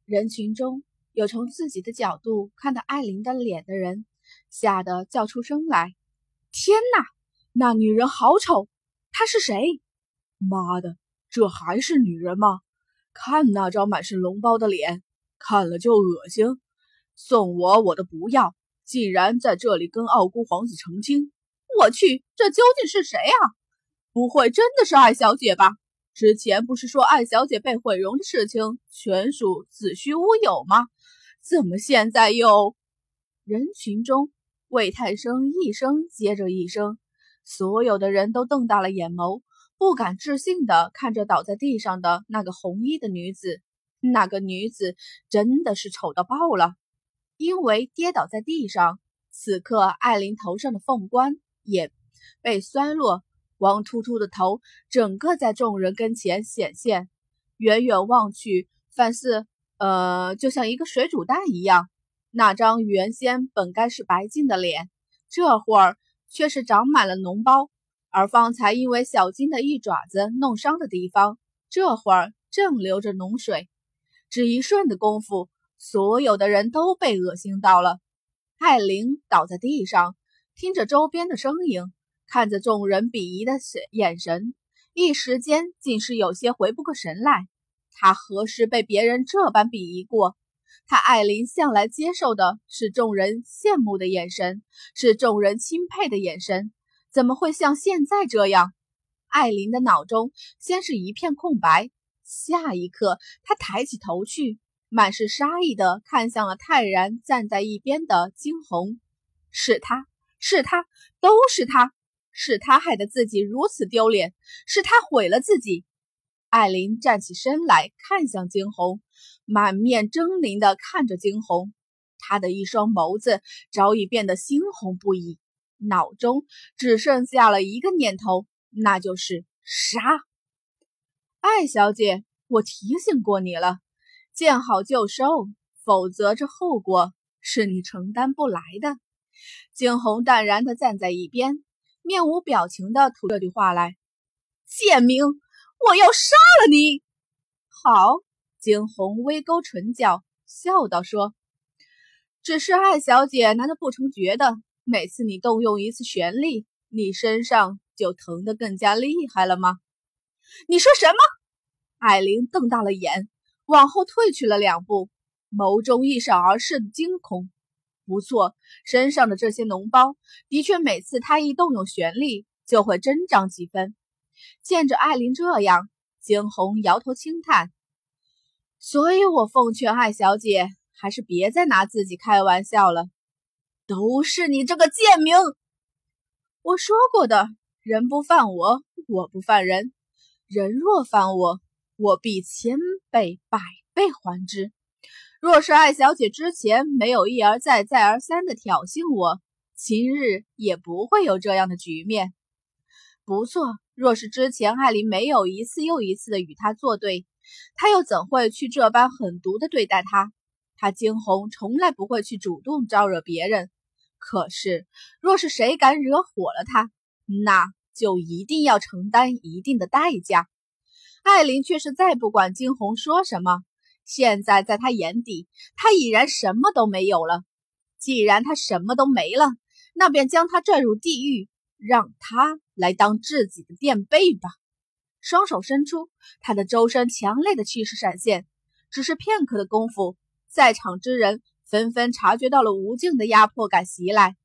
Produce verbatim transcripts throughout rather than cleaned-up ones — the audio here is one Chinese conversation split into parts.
人群中有从自己的角度看到艾琳的脸的人，吓得叫出声来：天哪，那女人好丑，她是谁？ 妈的，这还是女人吗？看那张满是脓包的脸，看了就恶心。送我我的不要，竟然在这里跟傲孤皇子成亲。 我去，这究竟是谁啊？不会真的是艾小姐吧？之前不是说艾小姐被毁容的事情全属子虚乌有吗？怎么现在又……人群中魏叹声一声接着一声，所有的人都瞪大了眼眸，不敢置信地看着倒在地上的那个红衣的女子。那个女子真的是丑到爆了，因为跌倒在地上，此刻艾琳头上的凤冠也被摔落，光秃秃的头整个在众人跟前显现，远远望去反似呃，就像一个水煮蛋一样。那张原先本该是白净的脸，这会儿却是长满了脓包，而方才因为小金的一爪子弄伤的地方，这会儿正流着脓水。只一瞬的功夫，所有的人都被恶心到了。艾琳倒在地上，听着周边的声音，看着众人鄙夷的眼神，一时间竟是有些回不过神来。她何时被别人这般鄙夷过？她艾琳向来接受的是众人羡慕的眼神，是众人钦佩的眼神，怎么会像现在这样？艾琳的脑中先是一片空白，下一刻她抬起头去，满是杀意地看向了泰然站在一边的惊鸿。是他，是他，都是他，是他害得自己如此丢脸，是他毁了自己。艾琳站起身来，看向惊鸿，满面狰狞地看着惊鸿，他的一双眸子早已变得猩红不已，脑中只剩下了一个念头，那就是杀。艾小姐，我提醒过你了，见好就收，否则这后果是你承担不来的。惊鸿淡然地站在一边，面无表情地吐这句话来：贱民，我要杀了你！好，惊鸿微勾唇角，笑道说：只是艾小姐难道不曾觉得，每次你动用一次玄力，你身上就疼得更加厉害了吗？你说什么？艾琳瞪大了眼，往后退去了两步，眸中一闪而逝的惊恐。不错，身上的这些脓包，的确每次她一动用玄力，就会增长几分。见着艾琳这样，惊鸿摇头轻叹。所以我奉劝艾小姐，还是别再拿自己开玩笑了。都是你这个贱民！我说过的，人不犯我，我不犯人。人若犯我，我必千倍百倍还之。若是艾小姐之前没有一而再再而三的挑衅我，今日也不会有这样的局面。不错，若是之前艾琳没有一次又一次的与她作对，她又怎会去这般狠毒的对待她？她惊鸿从来不会去主动招惹别人，可是若是谁敢惹火了她，那就一定要承担一定的代价。艾琳却是再不管惊鸿说什么，现在在她眼底，她已然什么都没有了。既然她什么都没了，那便将她拽入地狱，让她来当自己的垫背吧。双手伸出，她的周身强烈的气势闪现，只是片刻的功夫，在场之人纷纷察觉到了无尽的压迫感袭来。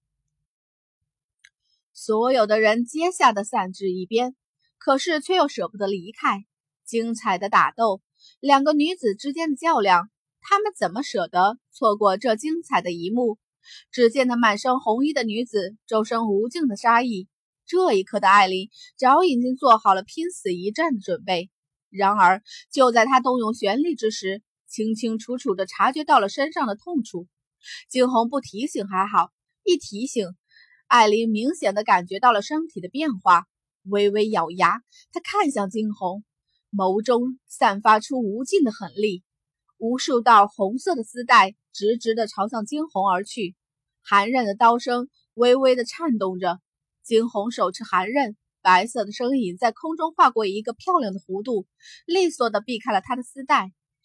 所有的人皆吓得散至一边，可是却又舍不得离开。精彩的打斗，两个女子之间的较量，他们怎么舍得错过这精彩的一幕？只见那满身红衣的女子周身无尽的杀意，这一刻的艾琳早已经做好了拼死一战的准备。然而就在她动用玄力之时，清清楚楚地察觉到了身上的痛处。惊鸿不提醒还好，一提醒，艾琳明显地感觉到了身体的变化，微微咬牙，她看向惊鸿，眸中散发出无尽的狠戾，无数道红色的丝带直直地朝向惊鸿而去，寒刃的刀声微微地颤动着。惊鸿手持寒刃，白色的身影在空中划过一个漂亮的弧度，利索地避开了他的丝带。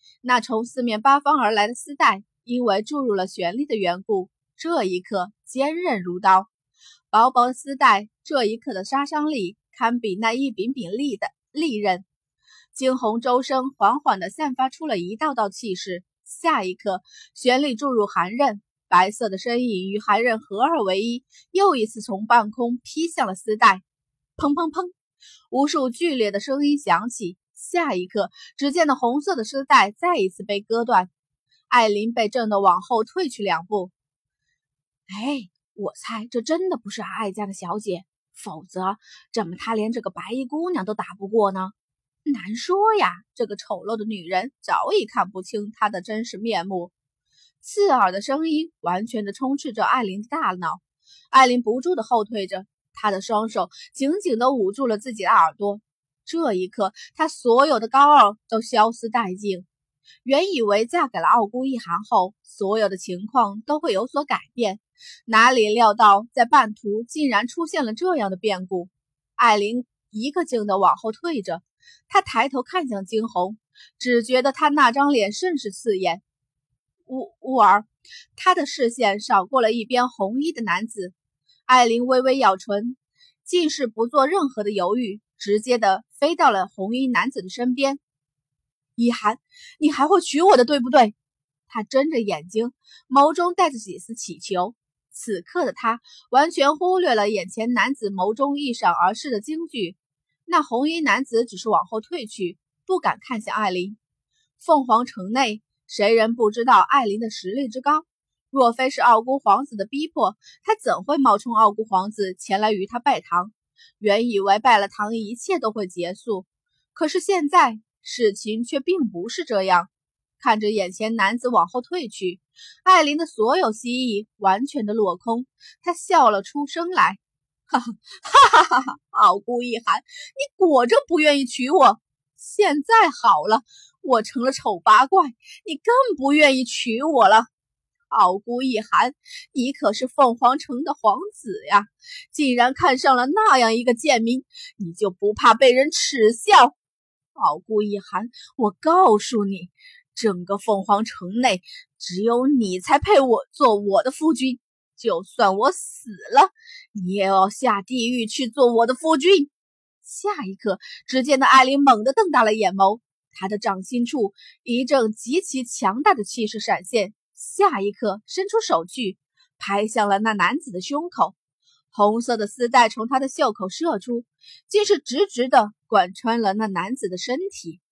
那从四面八方而来的丝带，因为注入了玄力的缘故，这一刻坚韧如刀。薄薄的丝带，这一刻的杀伤力堪比那一柄柄利的利刃。惊鸿周身缓缓地散发出了一道道气势，下一刻，玄力注入寒刃，白色的身影与寒刃合二为一，又一次从半空劈向了丝带。砰砰砰，无数剧烈的声音响起。下一刻，只见那红色的丝带再一次被割断，艾琳被震得往后退去两步。 哎，我猜这真的不是艾家的小姐，否则怎么她连这个白衣姑娘都打不过呢？ 难说呀，这个丑陋的女人早已看不清她的真实面目。刺耳的声音完全的充斥着艾琳的大脑，艾琳不住的后退着，她的双手紧紧的捂住了自己的耳朵。这一刻，她所有的高傲都消失殆尽。原以为嫁给了傲孤一寒后，所有的情况都会有所改变，哪里料到在半途竟然出现了这样的变故。艾琳一个劲地往后退着，她抬头看向惊鸿，只觉得他那张脸甚是刺眼。乌乌尔，他的视线扫过了一边红衣的男子。艾琳微微咬唇，竟是不做任何的犹豫，直接的飞到了红衣男子的身边。一寒，你还会娶我的，对不对？他睁着眼睛，眸中带着几丝乞求。此刻的他完全忽略了眼前男子眸中一闪而逝的惊惧。那红衣男子只是往后退去，不敢看向艾琳。凤凰城内，谁人不知道艾琳的实力之高？若非是傲孤皇子的逼迫，他怎会冒充傲孤皇子前来与他拜堂？原以为拜了堂一切都会结束，可是现在事情却并不是这样。看着眼前男子往后退去，艾琳的所有希冀完全的落空，她笑了出声来，哈哈哈哈哈！傲孤一寒，你果真不愿意娶我？现在好了，我成了丑八怪，你更不愿意娶我了。傲孤一寒，你可是凤凰城的皇子呀，竟然看上了那样一个贱民，你就不怕被人耻笑？傲孤一寒，我告诉你，整个凤凰城内只有你才配我做我的夫君，就算我死了，你也要下地狱去做我的夫君。下一刻，只见那艾琳猛地瞪大了眼眸，她的掌心处一阵极其强大的气势闪现，下一刻伸出手去，拍向了那男子的胸口。红色的丝带从他的袖口射出，竟是直直的贯穿了那男子的身体。